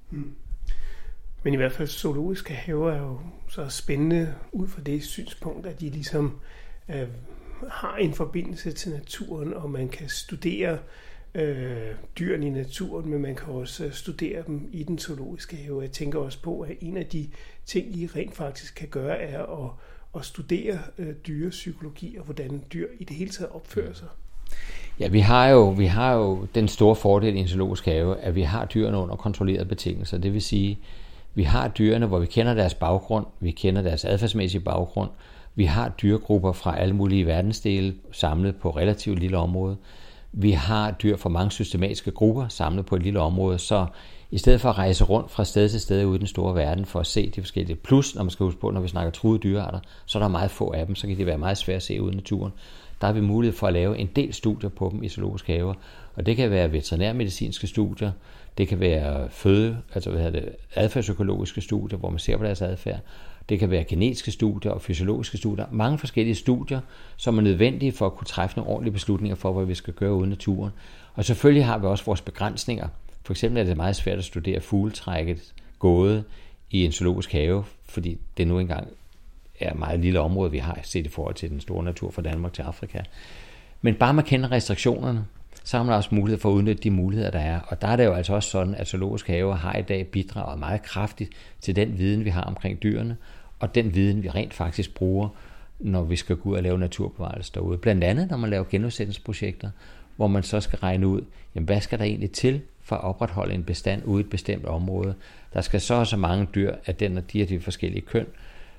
Hmm. Men i hvert fald zoologiske haver er jo så spændende ud fra det synspunkt, at de ligesom øh, har en forbindelse til naturen, og man kan studere øh, dyrene i naturen, men man kan også studere dem i den zoologiske have. Jeg tænker også på, at en af de ting, I rent faktisk kan gøre, er at, at studere øh, dyrepsykologi og hvordan dyr i det hele taget opfører sig. Ja, vi har jo, vi har jo den store fordel i en zoologisk have, at vi har dyrene under kontrollerede betingelser. Det vil sige, vi har dyrene, hvor vi kender deres baggrund, vi kender deres adfærdsmæssige baggrund, vi har dyregrupper fra alle mulige verdensdele samlet på relativt lille område. Vi har dyr fra mange systematiske grupper samlet på et lille område, så i stedet for at rejse rundt fra sted til sted ude i den store verden for at se de forskellige, plus når man skal huske på, når vi snakker truede dyrearter, så er der meget få af dem, så kan de være meget svære at se ude i naturen. Der har vi mulighed for at lave en del studier på dem i zoologiske haver, og det kan være veterinærmedicinske studier, det kan være føde, altså hvad hedder det, adfærdsøkologiske studier, hvor man ser på deres adfærd, det kan være genetiske studier og fysiologiske studier, mange forskellige studier, som er nødvendige for at kunne træffe nogle ordentlige beslutninger for, hvad vi skal gøre ude i naturen. Og selvfølgelig har vi også vores begrænsninger. For eksempel er det meget svært at studere fugletrækket gåde i en zoologisk have, fordi det nu engang er et meget lille område, vi har set i forhold til den store natur fra Danmark til Afrika. Men bare man kender restriktionerne, så har man også mulighed for at udnytte de muligheder, der er. Og der er det jo altså også sådan, at zoologiske haver har i dag bidraget meget kraftigt til den viden, vi har omkring dyrene, og den viden, vi rent faktisk bruger, når vi skal gå ud og lave naturbevarelse derude. Blandt andet, når man laver genudsættelsesprojekter, hvor man så skal regne ud, jamen, hvad skal der egentlig til for at opretholde en bestand ude i et bestemt område. Der skal så så mange dyr, at den og de af de forskellige køn.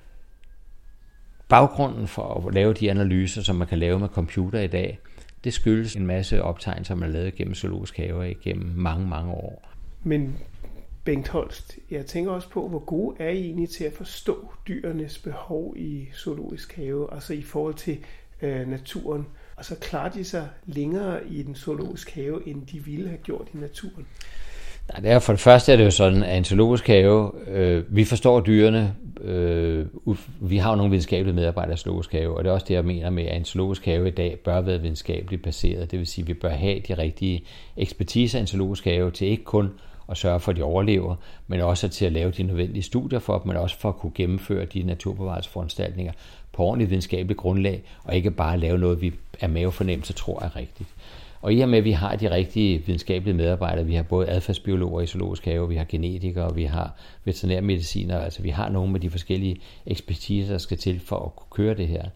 Baggrunden for at lave de analyser, som man kan lave med computer i dag, det skyldes en masse optegnelser, man har lavet gennem zoologiske haver igennem mange, mange år. Men Bengt Holst, jeg tænker også på, hvor gode er I egentlig til at forstå dyrenes behov i zoologisk have, altså i forhold til øh, naturen, og så klarer de sig længere i den zoologiske have, end de ville have gjort i naturen? Nej, det er, for det første er det jo sådan, at en zoologisk have, øh, vi forstår dyrene, øh, vi har jo nogle videnskabelige medarbejdere i zoologisk have, og det er også det, jeg mener med, at en zoologisk have i dag bør være videnskabeligt baseret. Det vil sige, at vi bør have de rigtige ekspertiser i en zoologisk have til ikke kun at sørge for, at de overlever, men også til at lave de nødvendige studier for dem, men også for at kunne gennemføre de naturbevarelsesforanstaltninger på ordentligt videnskabeligt grundlag, og ikke bare lave noget, vi af mavefornemmelse tror er rigtigt. Og i og med, at vi har de rigtige videnskabelige medarbejdere, vi har både adfærdsbiologer i zoologisk have, vi har genetikere, vi har veterinærmedicinere, altså vi har nogle med de forskellige ekspertiser, der skal til for at kunne køre det her,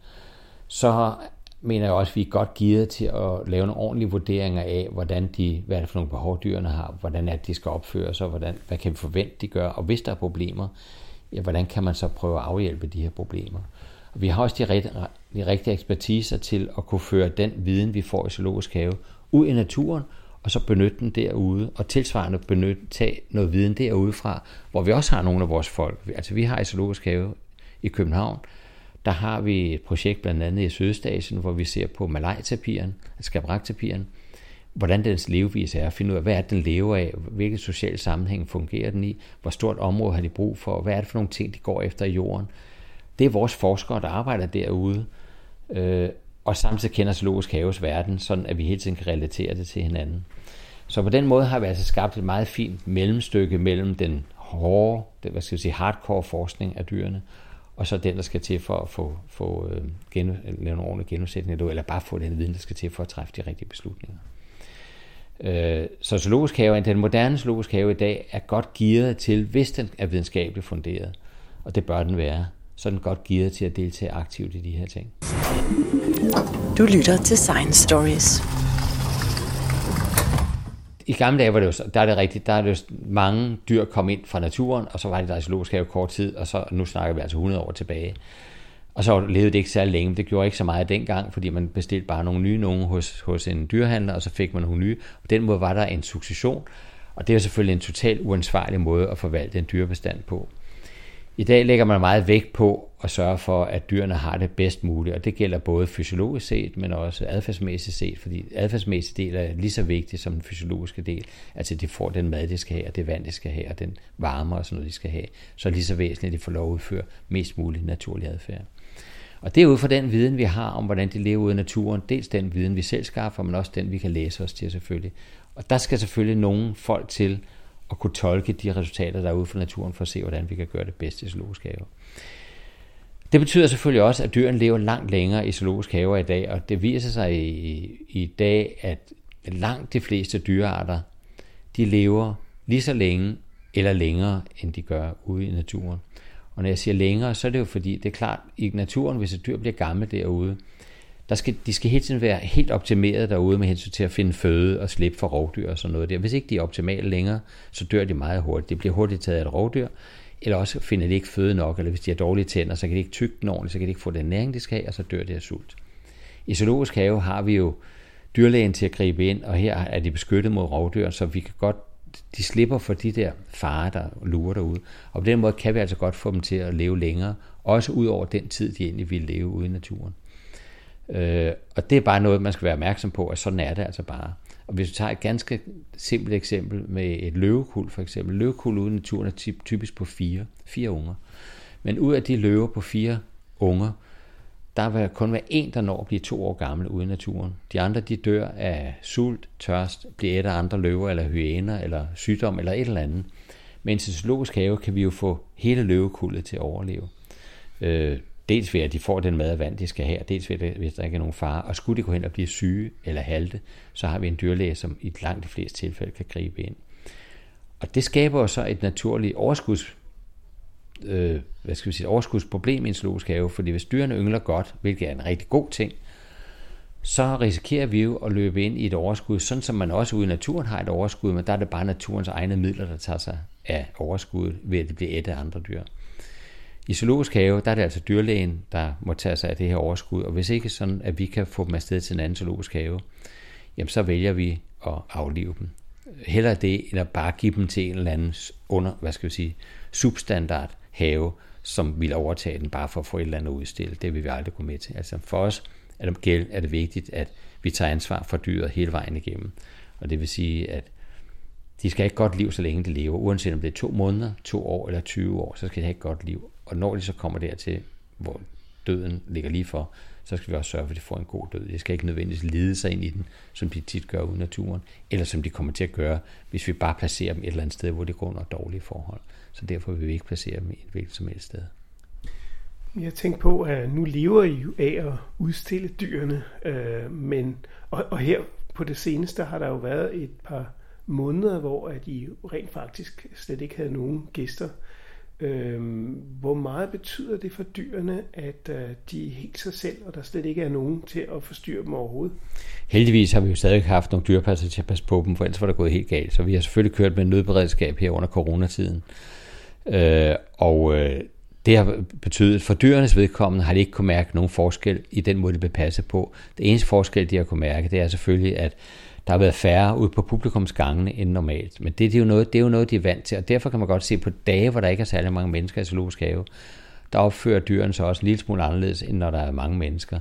så mener jeg også, at vi er godt gearet til at lave nogle ordentlige vurderinger af, hvordan de, hvad er det for nogle behov, dyrene har, hvordan er det, de skal opføre sig, hvordan, hvad kan vi forvente, de gør, og hvis der er problemer, ja, hvordan kan man så prøve at afhjælpe de her problemer. Og vi har også de, rigt, de rigtige ekspertiser til at kunne føre den viden, vi får i zoologisk have, ud i naturen, og så benytte den derude, og tilsvarende benytte, tage noget viden derudefra, hvor vi også har nogle af vores folk. Altså vi har i zoologisk have i København, der har vi et projekt blandt andet i Sydøstasien, hvor vi ser på malajtapiren, skabraktapiren, hvordan dens levevis er, at finde ud af, hvad er den lever af, hvilke sociale sammenhæng fungerer den i, hvor stort område har de brug for, hvad er det for nogle ting, de går efter i jorden. Det er vores forskere, der arbejder derude, øh, og samtidig kender zoologisk haves verden, sådan at vi hele tiden kan relatere det til hinanden. Så på den måde har vi altså skabt et meget fint mellemstykke mellem den hårde, det, hvad skal jeg sige, hardcore forskning af dyrene, og så den, der skal til for at få, få øh, genu, lave nogle ordentlige genudsætninger, eller bare få den viden, der skal til for at træffe de rigtige beslutninger. Øh, så zoologisk have, den moderne zoologisk have i dag, er godt gearet til, hvis den er videnskabeligt funderet, og det bør den være, så er den godt gearet til at deltage aktivt i de her ting. Du lytter til Science Stories. I gamle dage var det jo, der er det rigtigt, der er det jo mange dyr kom ind fra naturen, og så var det der i zoologisk have kort tid, og så nu snakker vi altså hundrede år tilbage. Og så levede det ikke særlig længe, det gjorde ikke så meget dengang, fordi man bestilte bare nogle nye nogen hos, hos en dyrehandler, og så fik man nogle nye. Og på den måde var der en succession, og det er selvfølgelig en totalt uansvarlig måde at forvalte en dyrebestand på. I dag lægger man meget vægt på at sørge for, at dyrene har det bedst muligt, og det gælder både fysiologisk set, men også adfærdsmæssigt set, fordi adfærdsmæssigt del er lige så vigtig som den fysiologiske del, altså de får den mad, de skal have, og det vand, de skal have, og den varme og sådan noget, de skal have, så er lige så væsentligt, at de får lov at udføre mest mulig naturlig adfærd. Og det er ud fra den viden, vi har om, hvordan de lever ude i naturen, dels den viden, vi selv skaffer, men også den, vi kan læse os til selvfølgelig. Og der skal selvfølgelig nogle folk til og kunne tolke de resultater, der er ude fra naturen, for at se, hvordan vi kan gøre det bedst i zoologiske haver. Det betyder selvfølgelig også, at dyrene lever langt længere i zoologiske haver i dag, og det viser sig i, i dag, at langt de fleste dyrearter, de lever lige så længe eller længere, end de gør ude i naturen. Og når jeg siger længere, så er det jo fordi, det er klart, i naturen, hvis et dyr bliver gammel derude, der skal, de skal hele tiden være helt optimeret derude med hensyn til at finde føde og slippe for rovdyr og sådan noget der. Hvis ikke de er optimale længere, så dør de meget hurtigt. De bliver hurtigt taget af et rovdyr, eller også finder de ikke føde nok, eller hvis de har dårlige tænder, så kan de ikke tygge den ordentligt, så kan de ikke få den næring, de skal have, og så dør de af sult. I zoologisk have har vi jo dyrlægen til at gribe ind, og her er de beskyttet mod rovdyr, så vi kan godt, de slipper for de der farer, der lurer derude. Og på den måde kan vi altså godt få dem til at leve længere, også ud over den tid, de egentlig ville leve ude i naturen. Øh, og det er bare noget, man skal være opmærksom på, at sådan er det altså bare. Og hvis vi tager et ganske simpelt eksempel med et løvekuld for eksempel. Løvekuld ude i naturen er typisk på fire, fire unger. Men ud af de løver på fire unger, der vil kun være en, der når at blive to år gammel ude i naturen. De andre, de dør af sult, tørst, bliver et af andre løver, eller hyæner, eller sygdom, eller et eller andet. Men i zoologisk have kan vi jo få hele løvekuldet til at overleve. Øh, dels ved, at de får den mad og vand, de skal have, dels ved, at hvis der ikke er nogen fare. Og skulle de gå hen og blive syge eller halte, så har vi en dyrlæge, som i langt de fleste tilfælde kan gribe ind. Og det skaber jo så et naturligt overskuds Øh, hvad skal vi sige, overskudsproblem i en zoologisk have, fordi hvis dyrene yngler godt, hvilket er en rigtig god ting, så risikerer vi jo at løbe ind i et overskud, sådan som man også ude i naturen har et overskud, men der er det bare naturens egne midler, der tager sig af overskuddet, ved at det bliver et af andre dyr. I zoologisk have, der er det altså dyrlægen, der må tage sig af det her overskud, og hvis ikke sådan, at vi kan få dem afsted til en anden zoologisk have, jamen så vælger vi at aflive dem. Hellere det, end at bare give dem til en eller anden under, hvad skal vi sige, substandard have, som vil overtage den bare for at få et eller andet udstillet. Det vil vi aldrig gå med til. Altså for os er det, er det vigtigt, at vi tager ansvar for dyret hele vejen igennem. Og det vil sige, at de skal have et godt liv, så længe de lever. Uanset om det er to måneder, to år eller tyve år, så skal de have et godt liv. Og når de så kommer dertil, hvor døden ligger lige for, så skal vi også sørge for, at de får en god død. De skal ikke nødvendigvis lide sig ind i den, som de tit gør ude i naturen, eller som de kommer til at gøre, hvis vi bare placerer dem et eller andet sted, hvor det går under dårlige forhold. Så derfor vil vi ikke placere dem i et hvilket som helst sted. Jeg tænker på, at nu lever I jo af at udstille dyrene, øh, men, og, og her på det seneste har der jo været et par måneder, hvor at I rent faktisk slet ikke havde nogen gæster. Øh, hvor meget betyder det for dyrene, at øh, de er helt sig selv, og der slet ikke er nogen til at forstyrre dem overhovedet? Heldigvis har vi jo stadig haft nogle dyrepasser til at passe på dem, for ellers var det gået helt galt. Så vi har selvfølgelig kørt med nødberedskab her under coronatiden. Øh, og øh, det har betydet, for dyrenes vedkommende har de ikke kunne mærke nogen forskel i den måde, de bliver passet på. Det eneste forskel, de har kunne mærke, det er selvfølgelig, at der har været færre ude på publikumsgangene end normalt. Men det, det, er jo noget, det er jo noget, de er vant til, og derfor kan man godt se på dage, hvor der ikke er særlig mange mennesker i zoologisk have, der opfører dyrene sig også en lille smule anderledes, end når der er mange mennesker.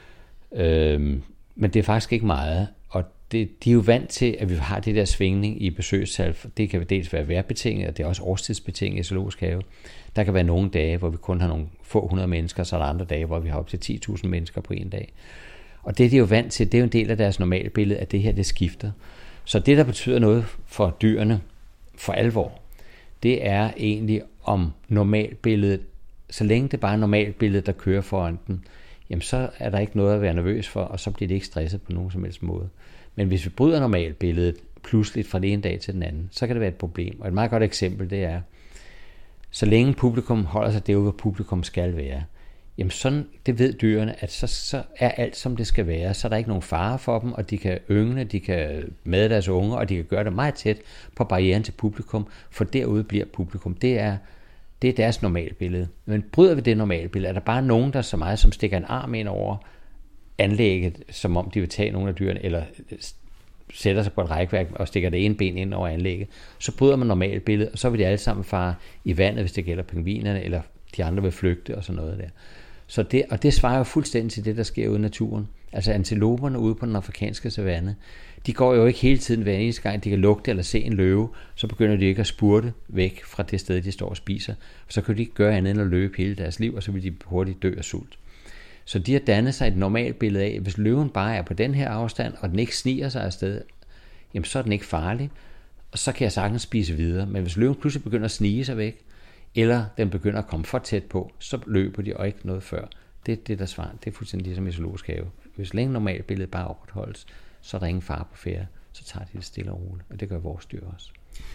Øhm, men det er faktisk ikke meget, og det, de er jo vant til, at vi har det der svingning i besøgstal. Det kan dels være vejrbetinget, og det er også årstidsbetinget i zoologisk have. Der kan være nogle dage, hvor vi kun har nogle få hundrede mennesker, så er der andre dage, hvor vi har op til ti tusind mennesker på en dag. Og det, de er jo vant til, det er jo en del af deres normale billede, at det her, det skifter. Så det, der betyder noget for dyrene for alvor, det er egentlig om normalbilledet, så længe det bare er normalbilledet, der kører foran den, jamen så er der ikke noget at være nervøs for, og så bliver det ikke stresset på nogen som helst måde. Men hvis vi bryder normalbilledet pludseligt fra den ene dag til den anden, så kan det være et problem. Og et meget godt eksempel, det er, så længe publikum holder sig derude, hvor publikum skal være, jamen sådan, det ved dyrene, at så, så er alt, som det skal være. Så er der ikke nogen fare for dem, og de kan yngle, de kan made deres unger, og de kan gøre det meget tæt på barrieren til publikum, for derude bliver publikum. Det er, det er deres normalbillede. Men bryder vi det normalbillede, er der bare nogen, der så meget som stikker en arm ind over anlægget, som om de vil tage nogle af dyrene, eller sætter sig på et rækværk og stikker det ene ben ind over anlægget, så bryder man normalbilledet, og så vil de alle sammen fare i vandet, hvis det gælder pingvinerne, eller de andre vil flygte og sådan noget der. Så det, og det svarer jo fuldstændig til det, der sker ude i naturen. Altså antiloperne ude på den afrikanske savanne, de går jo ikke hele tiden hver eneste gang, de kan lugte eller se en løve, så begynder de ikke at spurte væk fra det sted, de står og spiser. Så kan de ikke gøre andet end at løbe hele deres liv, og så vil de hurtigt dø af sult. Så de har dannet sig et normalt billede af, at hvis løven bare er på den her afstand, og den ikke sniger sig afsted, jamen så er den ikke farlig. så kan jeg sagtens spise videre. Men hvis løven pludselig begynder at snige sig væk, eller den begynder at komme for tæt på, så løber de og ikke noget før. Det er det, der svarer. Det er fuldstændig ligesom i zoologisk have. Hvis længe normalt billedet bare opretholdes, så er der ingen fare på færde. Så tager de det stille og roligt, og det gør vores dyr også.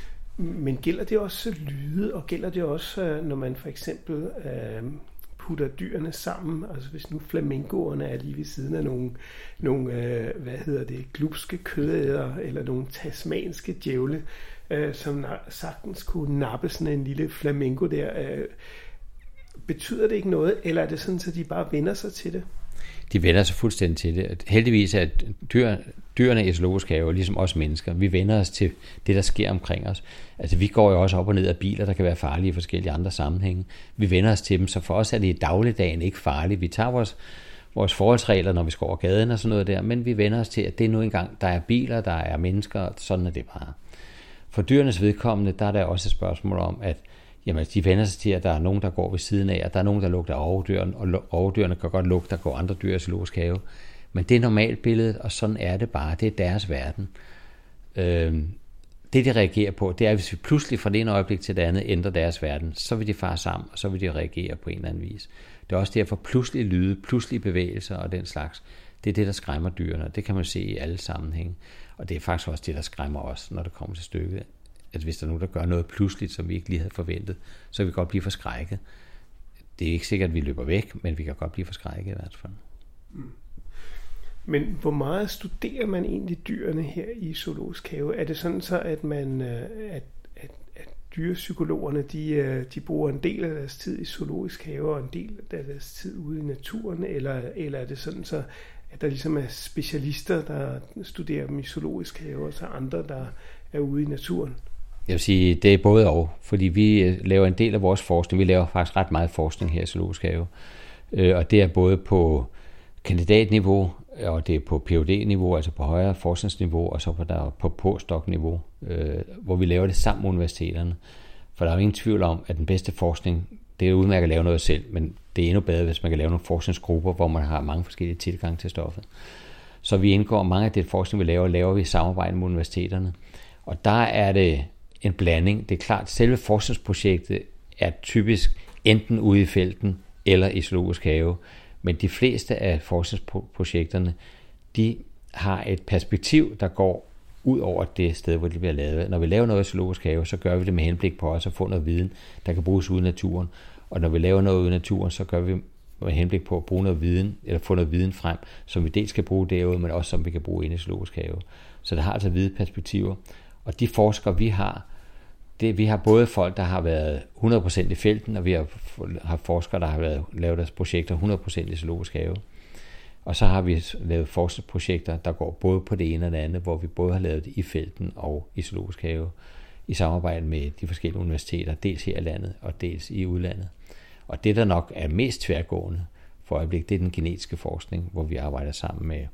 Men gælder det også lyde, og gælder det også, når man for eksempel øh, putter dyrene sammen? Altså hvis nu flamingoerne er lige ved siden af nogle, nogle øh, hvad hedder det, glupske kødædere, eller nogle tasmanske djævle, øh, som sagtens kunne nappe sådan en lille flamingo der. Øh, betyder det ikke noget, eller er det sådan, at de bare vender sig til det? De vender sig fuldstændig til det. Heldigvis er dyr, dyrene i zoologisk have, ligesom os mennesker, vi vender os til det, der sker omkring os. Altså vi går jo også op og ned af biler, der kan være farlige i forskellige andre sammenhænge. Vi vender os til dem, så for os er det i dagligdagen ikke farligt. Vi tager vores, vores forholdsregler, når vi skal over gaden og sådan noget der, men vi vender os til, at det er nu engang, der er biler, der er mennesker, og sådan er det bare. For dyrenes vedkommende, der er der også et spørgsmål om, at jamen, de vender sig til, at der er nogen, der går ved siden af, og der er nogen, der lugter af rovdyrene, og rovdyrene kan godt lugte, der går andre dyr i zoologisk have. Men det er normalt billedet, og sådan er det bare. Det er deres verden. Øhm, det, de reagerer på, det er, hvis vi pludselig fra det ene øjeblik til det andet ændrer deres verden, så vil de fare sammen, og så vil de reagere på en eller anden vis. Det er også derfor pludselig lyde, pludselig bevægelser og den slags. Det er det, der skræmmer dyrene, og det kan man se i alle sammenhænge. Og det er faktisk også det, der skræmmer os, når det kommer til stykket. At hvis der er nogen, der gør noget pludseligt, som vi ikke lige havde forventet, så kan vi godt blive forskrækket. Det er ikke sikkert, at vi løber væk, men vi kan godt blive forskrækket i hvert fald. Mm. Men hvor meget studerer man egentlig dyrene her i zoologisk have? Er det sådan så, at man, at, at, at dyrepsykologerne, de, de bruger en del af deres tid i zoologisk have, og en del af deres tid ude i naturen, eller, eller er det sådan så, at der ligesom er specialister, der studerer dem i zoologisk have, og så andre, der er ude i naturen? Jeg vil sige, det er både og, fordi vi laver en del af vores forskning. Vi laver faktisk ret meget forskning her i zoologisk have, og det er både på kandidatniveau, og det er på P H D-niveau, altså på højere forskningsniveau, og så på, der, på postdoc-niveau, hvor vi laver det sammen med universiteterne. For der er jo ingen tvivl om, at den bedste forskning, det er udmærket at lave noget selv, men det er endnu bedre, hvis man kan lave nogle forskningsgrupper, hvor man har mange forskellige tilgange til stoffet. Så vi indgår mange af det forskning, vi laver, laver vi i samarbejde med universiteterne. Og der er det en blanding. Det er klart, at selve forskningsprojektet er typisk enten ude i felten eller i zoologisk have. Men de fleste af forskningsprojekterne, de har et perspektiv, der går ud over det sted, hvor de bliver lavet. Når vi laver noget i zoologisk have, så gør vi det med henblik på os at få noget viden, der kan bruges ude i naturen. Og når vi laver noget ude i naturen, så gør vi med henblik på at bruge noget viden, eller få noget viden frem, som vi dels kan bruge derude, men også som vi kan bruge inde i zoologisk have. Så det har altså vide perspektiver. Og de forskere, vi har, det, vi har både folk, der har været hundrede procent i felten, og vi har, har forskere, der har været, lavet deres projekter hundrede procent i zoologisk have. Og så har vi lavet forskningsprojekter, der går både på det ene og det andet, hvor vi både har lavet det i felten og i zoologisk have, i samarbejde med de forskellige universiteter, dels her i landet og dels i udlandet. Og det, der nok er mest tværgående for øjeblik, det er den genetiske forskning, hvor vi arbejder sammen med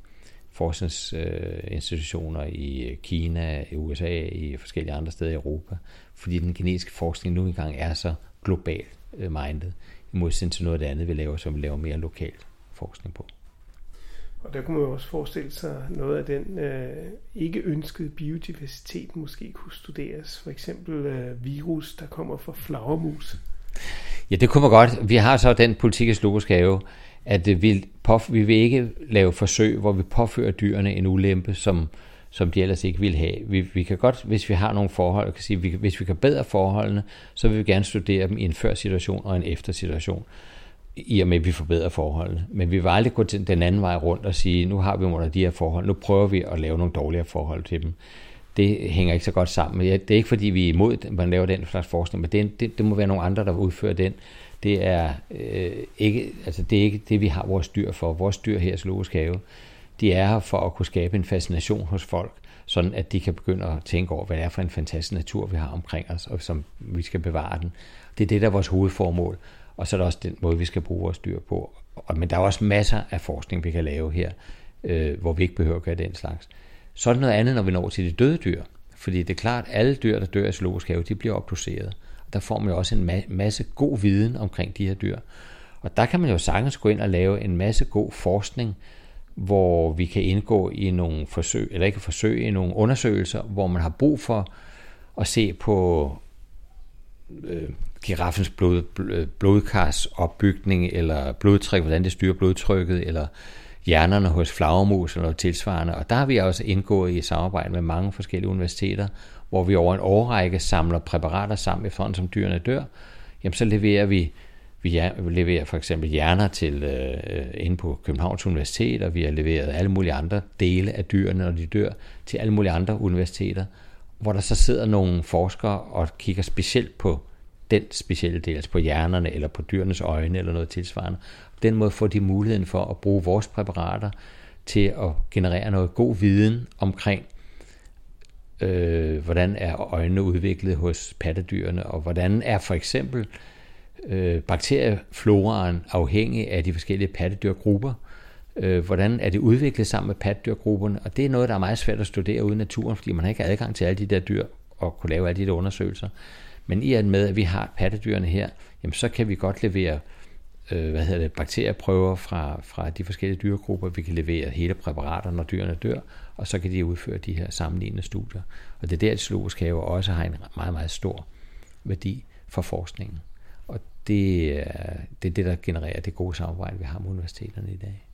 forskningsinstitutioner i Kina, i U S A, i forskellige andre steder i Europa, fordi den genetiske forskning nu engang er så globalt minded, i modsætning til noget af det andet, vi laver, som vi laver mere lokalt forskning på. Og der kunne man jo også forestille sig noget af den øh, ikke ønskede biodiversitet måske kunne studeres. For eksempel øh, virus, der kommer fra flagermus. Ja, det kunne man godt. Vi har så den politik i zoologisk have, at vi, påf- vi vil ikke lave forsøg, hvor vi påfører dyrene en ulempe, som, som de ellers ikke vil have. Vi, vi kan godt, hvis vi har nogle forhold, kan sige, vi, hvis vi kan bedre forholdene, så vil vi gerne studere dem i en før-situation og en efter-situation, i og med, at vi forbedrer forholdene. Men vi vil aldrig gå til den anden vej rundt og sige, nu har vi under de her forhold, nu prøver vi at lave nogle dårligere forhold til dem. Det hænger ikke så godt sammen. Det er ikke, fordi vi er imod, at man laver den slags forskning, men det, det, det må være nogle andre, der udfører den. Det er, øh, ikke, altså det er ikke det, vi har vores dyr for. Vores dyr her i zoologisk have, de er her for at kunne skabe en fascination hos folk, sådan at de kan begynde at tænke over, hvad det er for en fantastisk natur, vi har omkring os, og som vi skal bevare den. Det er det, der er vores hovedformål, og så er det også den måde, vi skal bruge vores dyr på. Men der er også masser af forskning, vi kan lave her, øh, hvor vi ikke behøver at gøre den slags. Så er det noget andet, når vi når til de døde dyr. Fordi det er klart, at alle dyr, der dør i zoologisk have, de bliver obduceret. Og der får man jo også en ma- masse god viden omkring de her dyr. Og der kan man jo sagtens gå ind og lave en masse god forskning, hvor vi kan indgå i nogle forsøg, eller ikke forsøg, i nogle undersøgelser, hvor man har brug for og se på øh, giraffens blod, blodkars opbygning, eller blodtryk, hvordan det styrer blodtrykket, eller hjernerne hos flagermus eller noget tilsvarende. Og der har vi også indgået i samarbejde med mange forskellige universiteter, hvor vi over en årrække samler præparater sammen, efterhånden som dyrene dør. Jamen så leverer vi, vi leverer for eksempel hjerner til øh, inde på Københavns Universitet, og vi har leveret alle mulige andre dele af dyrene, når de dør, til alle mulige andre universiteter, hvor der så sidder nogle forskere og kigger specielt på den specielle del, altså på hjernerne eller på dyrenes øjne eller noget tilsvarende. På den måde får de muligheden for at bruge vores præparater til at generere noget god viden omkring, øh, hvordan er øjnene udviklet hos pattedyrene, og hvordan er for eksempel øh, bakteriefloraen afhængig af de forskellige pattedyrgrupper. Øh, hvordan er det udviklet sammen med pattedyrgrupperne, og det er noget, der er meget svært at studere ude i naturen, fordi man ikke har adgang til alle de der dyr og kunne lave alle de der undersøgelser. Men i og med, at vi har pattedyrene her, jamen så kan vi godt levere øh, hvad hedder det, bakterieprøver fra, fra de forskellige dyregrupper. Vi kan levere hele præparater, når dyrene dør, og så kan de udføre de her sammenlignende studier. Og det er der, at zoologiske haver også har en meget, meget stor værdi for forskningen. Og det er det, er det der genererer det gode samarbejde, vi har med universiteterne i dag.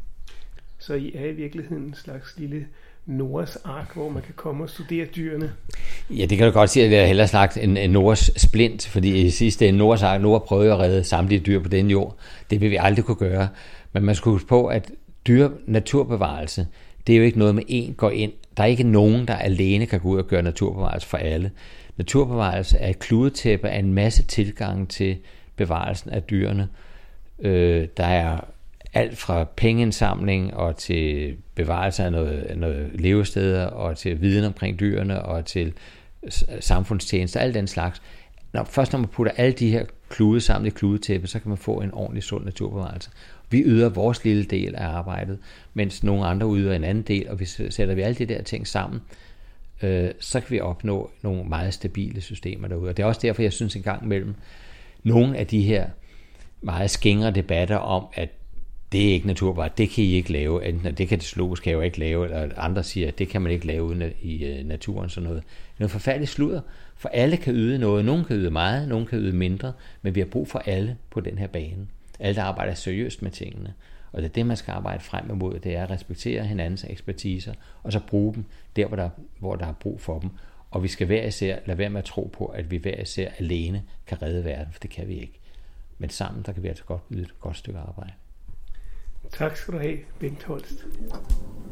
Så I er i virkeligheden en slags lille Noahs ark, hvor man kan komme og studere dyrene? Ja, det kan du godt sige, at det er hellere sagt en, en Noahs splint, fordi i sidste ende Noahs ark, Noah prøvede at redde samtlige dyr på den jord. Det vil vi aldrig kunne gøre. Men man skal huske på, at dyr naturbevarelse, det er jo ikke noget med en går ind. Der er ikke nogen, der alene kan gå ud og gøre naturbevarelse for alle. Naturbevarelse er et kludetæppe af en masse tilgang til bevarelsen af dyrene. Øh, der er alt fra pengeindsamling og til bevarelse af noget, noget levesteder og til viden omkring dyrene og til samfundstjenester, alt den slags. Når, først når man putter alle de her klude sammen i kludetæppe, så kan man få en ordentlig sund naturbevarelse. Vi yder vores lille del af arbejdet, mens nogle andre yder en anden del, og hvis sætter vi alle de der ting sammen, øh, så kan vi opnå nogle meget stabile systemer derude. Og det er også derfor, jeg synes en gang imellem, nogle af de her meget skingre debatter om, at det er ikke naturbevarelse, det kan I ikke lave, enten det kan det zoologiske have ikke lave, eller andre siger, at det kan man ikke lave uden i naturen, sådan noget. Det er noget forfærdeligt sludder, for alle kan yde noget. Nogle kan yde meget, nogle kan yde mindre, men vi har brug for alle på den her bane. Alle, der arbejder seriøst med tingene. Og det er det, man skal arbejde frem imod, det er at respektere hinandens ekspertiser, og så bruge dem der, hvor der, hvor der er brug for dem. Og vi skal hver især lade være med at tro på, at vi hver især alene kan redde verden, for det kan vi ikke. Men sammen, der kan vi altså godt yde et godt stykke arbejde. Tak skal du have, Bengt Holst.